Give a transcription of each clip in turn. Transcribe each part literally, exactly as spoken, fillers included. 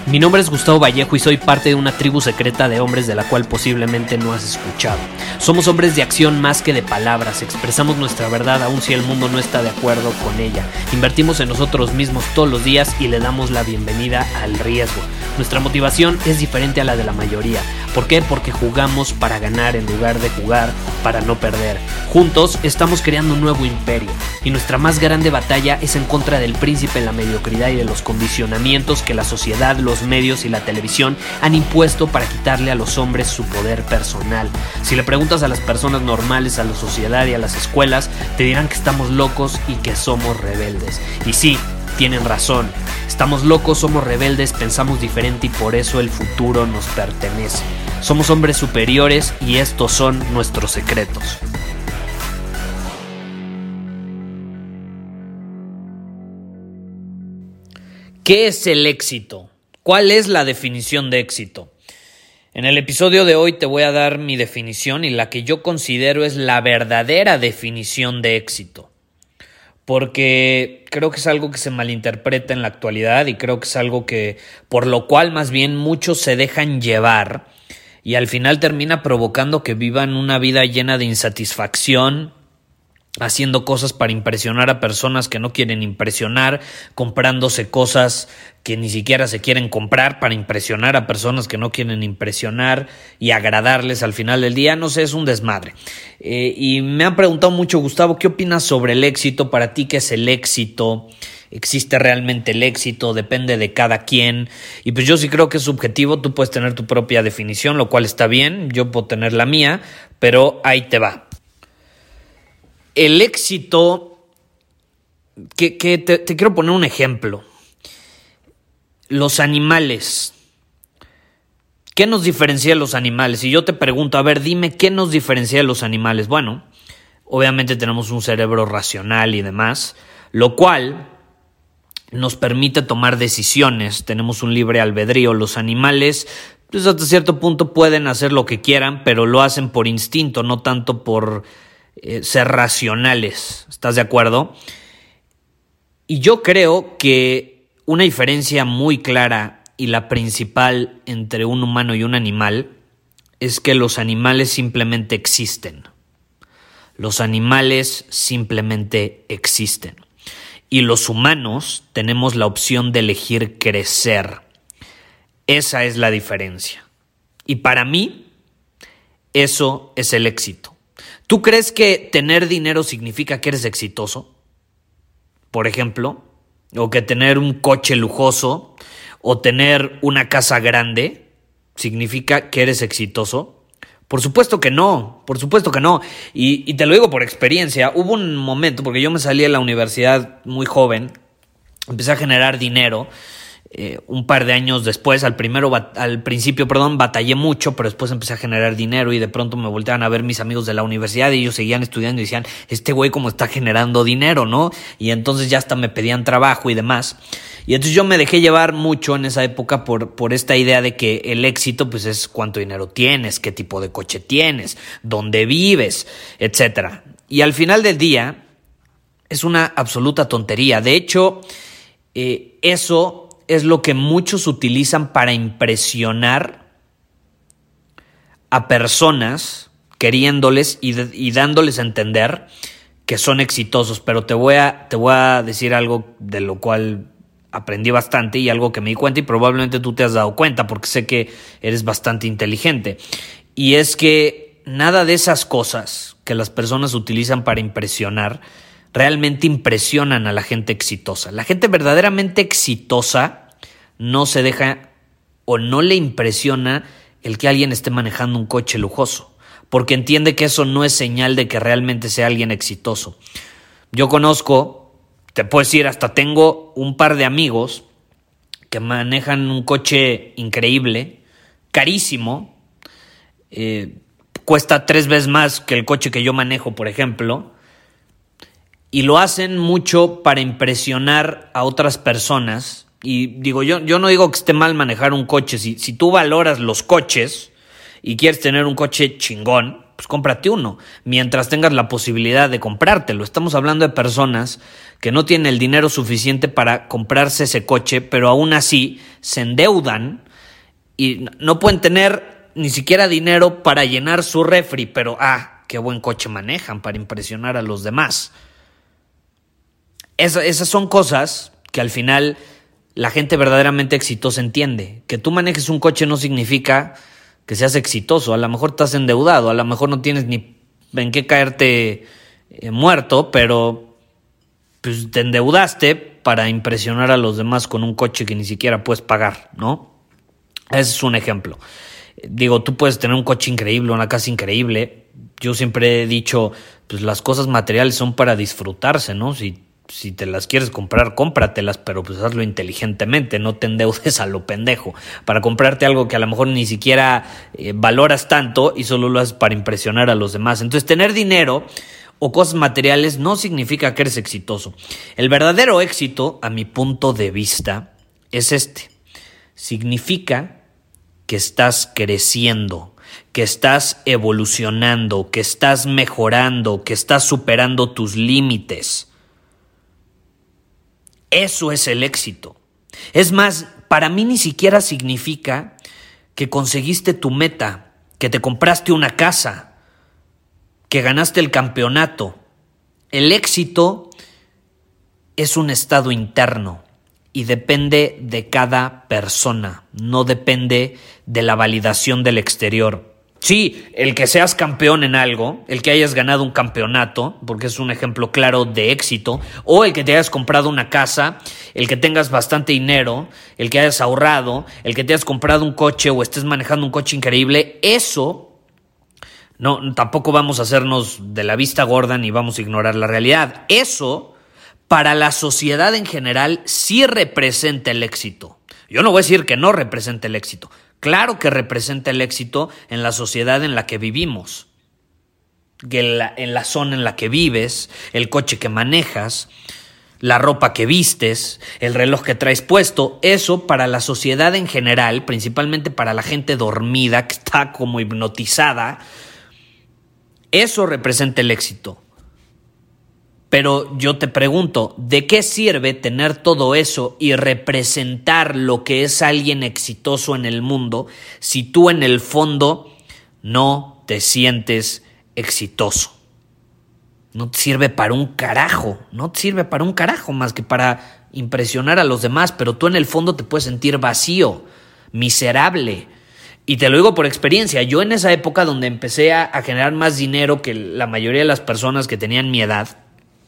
Mi nombre es Gustavo Vallejo y soy parte de una tribu secreta de hombres de la cual posiblemente no has escuchado. Somos hombres de acción más que de palabras, expresamos nuestra verdad aun si el mundo no está de acuerdo con ella. Invertimos en nosotros mismos todos los días y le damos la bienvenida al riesgo. Nuestra motivación es diferente a la de la mayoría. ¿Por qué? Porque jugamos para ganar en lugar de jugar para no perder. Juntos estamos creando un nuevo imperio y nuestra más grande batalla es en contra del príncipe, la mediocridad y de los condicionamientos que la sociedad, los medios y la televisión han impuesto para quitarle a los hombres su poder personal. Si le preguntas a las personas normales, a la sociedad y a las escuelas, te dirán que estamos locos y que somos rebeldes. Y sí, tienen razón. Estamos locos, somos rebeldes, pensamos diferente y por eso el futuro nos pertenece. Somos hombres superiores y estos son nuestros secretos. ¿Qué es el éxito? ¿Cuál es la definición de éxito? En el episodio de hoy te voy a dar mi definición y la que yo considero es la verdadera definición de éxito. Porque creo que es algo que se malinterpreta en la actualidad y creo que es algo que, por lo cual más bien muchos se dejan llevar y al final termina provocando que vivan una vida llena de insatisfacción, haciendo cosas para impresionar a personas que no quieren impresionar, comprándose cosas que ni siquiera se quieren comprar para impresionar a personas que no quieren impresionar y agradarles al final del día. No sé, es un desmadre. Eh, y me han preguntado mucho, Gustavo, ¿qué opinas sobre el éxito? Para ti, ¿qué es el éxito? ¿Existe realmente el éxito? ¿Depende de cada quien? Y pues yo sí creo que es subjetivo. Tú puedes tener tu propia definición, lo cual está bien. Yo puedo tener la mía, pero ahí te va. El éxito, que, que te, te quiero poner un ejemplo. Los animales. ¿Qué nos diferencia de los animales? Si yo te pregunto, a ver, dime, ¿qué nos diferencia de los animales? Bueno, obviamente tenemos un cerebro racional y demás, lo cual nos permite tomar decisiones. Tenemos un libre albedrío. Los animales, pues hasta cierto punto pueden hacer lo que quieran, pero lo hacen por instinto, no tanto por Eh, ser racionales. ¿Estás de acuerdo? Y yo creo que una diferencia muy clara y la principal entre un humano y un animal es que los animales simplemente existen. Los animales simplemente existen. Y los humanos tenemos la opción de elegir crecer. Esa es la diferencia. Y para mí, eso es el éxito. ¿Tú crees que tener dinero significa que eres exitoso? Por ejemplo, o que tener un coche lujoso o tener una casa grande significa que eres exitoso. Por supuesto que no, por supuesto que no. Y, y te lo digo por experiencia. Hubo un momento, porque yo me salí de la universidad muy joven, empecé a generar dinero. Eh, un par de años después, al primero, al principio, perdón, batallé mucho, pero después empecé a generar dinero y de pronto me volteaban a ver mis amigos de la universidad y ellos seguían estudiando y decían, este güey cómo está generando dinero, ¿no? Y entonces ya hasta me pedían trabajo y demás. Y entonces yo me dejé llevar mucho en esa época por, por esta idea de que el éxito pues es cuánto dinero tienes, qué tipo de coche tienes, dónde vives, etcétera. Y al final del día es una absoluta tontería. De hecho, eh, eso es lo que muchos utilizan para impresionar a personas, queriéndoles y, de, y dándoles a entender que son exitosos. Pero te voy a, te voy a decir algo de lo cual aprendí bastante y algo que me di cuenta y probablemente tú te has dado cuenta porque sé que eres bastante inteligente. Y es que nada de esas cosas que las personas utilizan para impresionar realmente impresionan a la gente exitosa. La gente verdaderamente exitosa no se deja o no le impresiona el que alguien esté manejando un coche lujoso, porque entiende que eso no es señal de que realmente sea alguien exitoso. Yo conozco, te puedo decir, hasta tengo un par de amigos que manejan un coche increíble, carísimo, eh, cuesta tres veces más que el coche que yo manejo, por ejemplo, y lo hacen mucho para impresionar a otras personas. Y digo, yo, yo no digo que esté mal manejar un coche. Si, si tú valoras los coches y quieres tener un coche chingón, pues cómprate uno, mientras tengas la posibilidad de comprártelo. Estamos hablando de personas que no tienen el dinero suficiente para comprarse ese coche, pero aún así se endeudan y no pueden tener ni siquiera dinero para llenar su refri, pero ah, qué buen coche manejan para impresionar a los demás. Esa, esas son cosas que al final la gente verdaderamente exitosa entiende. Que tú manejes un coche no significa que seas exitoso. A lo mejor estás endeudado, a lo mejor no tienes ni en qué caerte eh, muerto, pero pues, te endeudaste para impresionar a los demás con un coche que ni siquiera puedes pagar, ¿no? Ese es un ejemplo. Digo, tú puedes tener un coche increíble, una casa increíble. Yo siempre he dicho, pues las cosas materiales son para disfrutarse, ¿no? Si Si te las quieres comprar, cómpratelas, pero pues hazlo inteligentemente, no te endeudes a lo pendejo para comprarte algo que a lo mejor ni siquiera eh, valoras tanto y solo lo haces para impresionar a los demás. Entonces, tener dinero o cosas materiales no significa que eres exitoso. El verdadero éxito, a mi punto de vista, es este. Significa que estás creciendo, que estás evolucionando, que estás mejorando, que estás superando tus límites. Eso es el éxito. Es más, para mí ni siquiera significa que conseguiste tu meta, que te compraste una casa, que ganaste el campeonato. El éxito es un estado interno y depende de cada persona, no depende de la validación del exterior. Sí, el que seas campeón en algo, el que hayas ganado un campeonato, porque es un ejemplo claro de éxito, o el que te hayas comprado una casa, el que tengas bastante dinero, el que hayas ahorrado, el que te hayas comprado un coche o estés manejando un coche increíble, eso, no, tampoco vamos a hacernos de la vista gorda ni vamos a ignorar la realidad. Eso, para la sociedad en general, sí representa el éxito. Yo no voy a decir que no representa el éxito. Claro que representa el éxito en la sociedad en la que vivimos, que en la, en la zona en la que vives, el coche que manejas, la ropa que vistes, el reloj que traes puesto. Eso para la sociedad en general, principalmente para la gente dormida que está como hipnotizada, eso representa el éxito. Pero yo te pregunto, ¿de qué sirve tener todo eso y representar lo que es alguien exitoso en el mundo si tú en el fondo no te sientes exitoso? No te sirve para un carajo, no te sirve para un carajo más que para impresionar a los demás, pero tú en el fondo te puedes sentir vacío, miserable. Y te lo digo por experiencia, yo en esa época donde empecé a, a generar más dinero que la mayoría de las personas que tenían mi edad,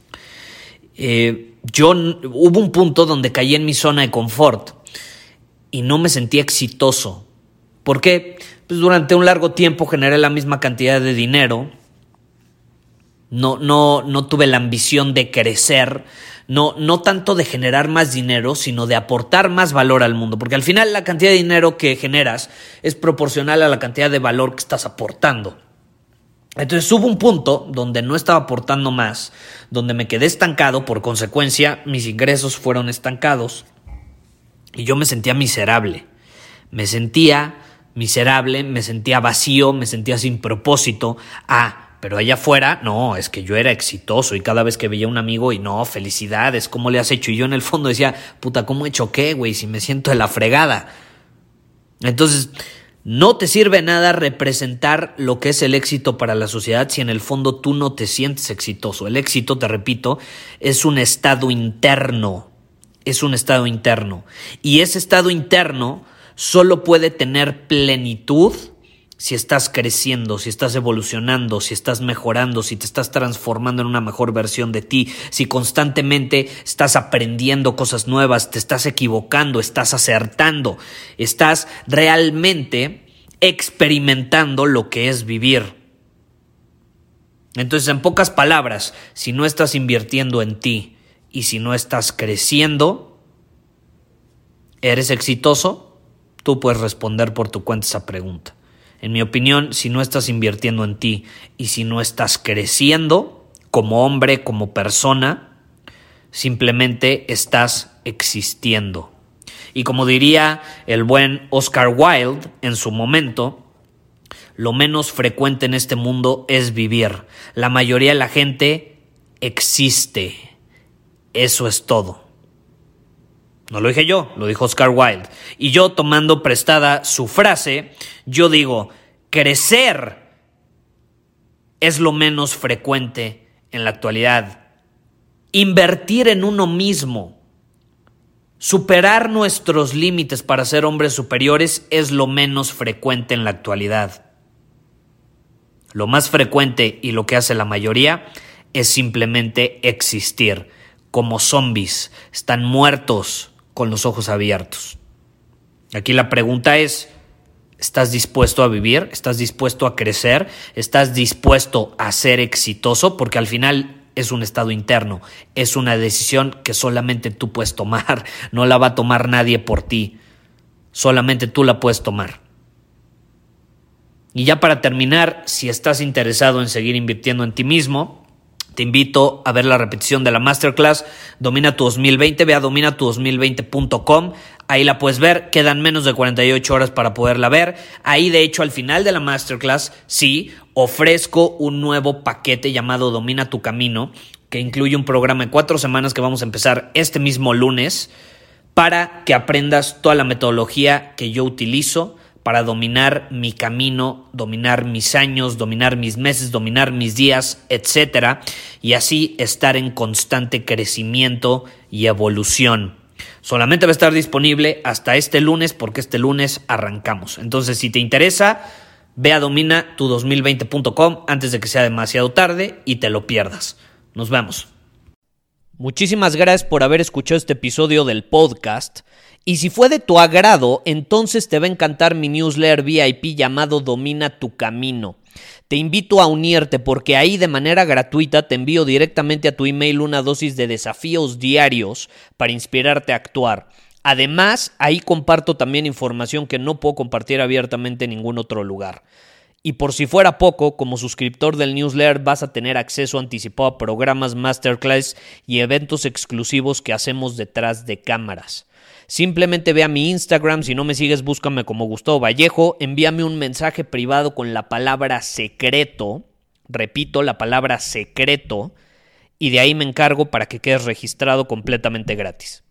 Eh, yo hubo un punto donde caí en mi zona de confort y no me sentía exitoso. ¿Por qué? Pues durante un largo tiempo generé la misma cantidad de dinero, no, no, no tuve la ambición de crecer, no, no tanto de generar más dinero, sino de aportar más valor al mundo, porque al final la cantidad de dinero que generas es proporcional a la cantidad de valor que estás aportando. Entonces hubo un punto donde no estaba aportando más, donde me quedé estancado, por consecuencia mis ingresos fueron estancados y yo me sentía miserable, me sentía miserable, me sentía vacío, me sentía sin propósito. Ah, pero allá afuera, no, es que yo era exitoso y cada vez que veía a un amigo y no, felicidades, ¿cómo le has hecho? Y yo en el fondo decía, puta, ¿cómo he hecho qué, güey? Si me siento de la fregada. Entonces, no te sirve nada representar lo que es el éxito para la sociedad si en el fondo tú no te sientes exitoso. El éxito, te repito, es un estado interno, es un estado interno. Y ese estado interno solo puede tener plenitud si estás creciendo, si estás evolucionando, si estás mejorando, si te estás transformando en una mejor versión de ti, si constantemente estás aprendiendo cosas nuevas, te estás equivocando, estás acertando, estás realmente experimentando lo que es vivir. Entonces, en pocas palabras, si no estás invirtiendo en ti y si no estás creciendo, ¿eres exitoso? Tú puedes responder por tu cuenta esa pregunta. En mi opinión, si no estás invirtiendo en ti y si no estás creciendo como hombre, como persona, simplemente estás existiendo. Y como diría el buen Oscar Wilde en su momento, Lo menos frecuente en este mundo es vivir. La mayoría de la gente existe. Eso es todo. No lo dije yo, lo dijo Oscar Wilde. Y yo, tomando prestada su frase, yo digo, crecer es lo menos frecuente en la actualidad. Invertir en uno mismo, superar nuestros límites para ser hombres superiores es lo menos frecuente en la actualidad. Lo más frecuente y lo que hace la mayoría es simplemente existir como zombies. Están muertos con los ojos abiertos. Aquí la pregunta es, ¿estás dispuesto a vivir? ¿Estás dispuesto a crecer? ¿Estás dispuesto a ser exitoso? Porque al final es un estado interno, es una decisión que solamente tú puedes tomar, no la va a tomar nadie por ti, solamente tú la puedes tomar. Y ya para terminar, si estás interesado en seguir invirtiendo en ti mismo, te invito a ver la repetición de la Masterclass Domina tu dos mil veinte. Ve a domina tu dos mil veinte punto com. Ahí la puedes ver. Quedan menos de cuarenta y ocho horas para poderla ver. Ahí, de hecho, al final de la Masterclass, sí, ofrezco un nuevo paquete llamado Domina tu Camino, que incluye un programa de cuatro semanas que vamos a empezar este mismo lunes para que aprendas toda la metodología que yo utilizo para dominar mi camino, dominar mis años, dominar mis meses, dominar mis días, etcétera, y así estar en constante crecimiento y evolución. Solamente va a estar disponible hasta este lunes, porque este lunes arrancamos. Entonces, si te interesa, ve a domina tu dos mil veinte punto com antes de que sea demasiado tarde y te lo pierdas. Nos vemos. Muchísimas gracias por haber escuchado este episodio del podcast. Y si fue de tu agrado, entonces te va a encantar mi newsletter V I P llamado Domina tu Camino. Te invito a unirte porque ahí de manera gratuita te envío directamente a tu email una dosis de desafíos diarios para inspirarte a actuar. Además, ahí comparto también información que no puedo compartir abiertamente en ningún otro lugar. Y por si fuera poco, como suscriptor del newsletter vas a tener acceso anticipado a programas, masterclass y eventos exclusivos que hacemos detrás de cámaras. Simplemente ve a mi Instagram, si no me sigues búscame como Gustavo Vallejo, envíame un mensaje privado con la palabra secreto, repito, la palabra secreto, y de ahí me encargo para que quedes registrado completamente gratis.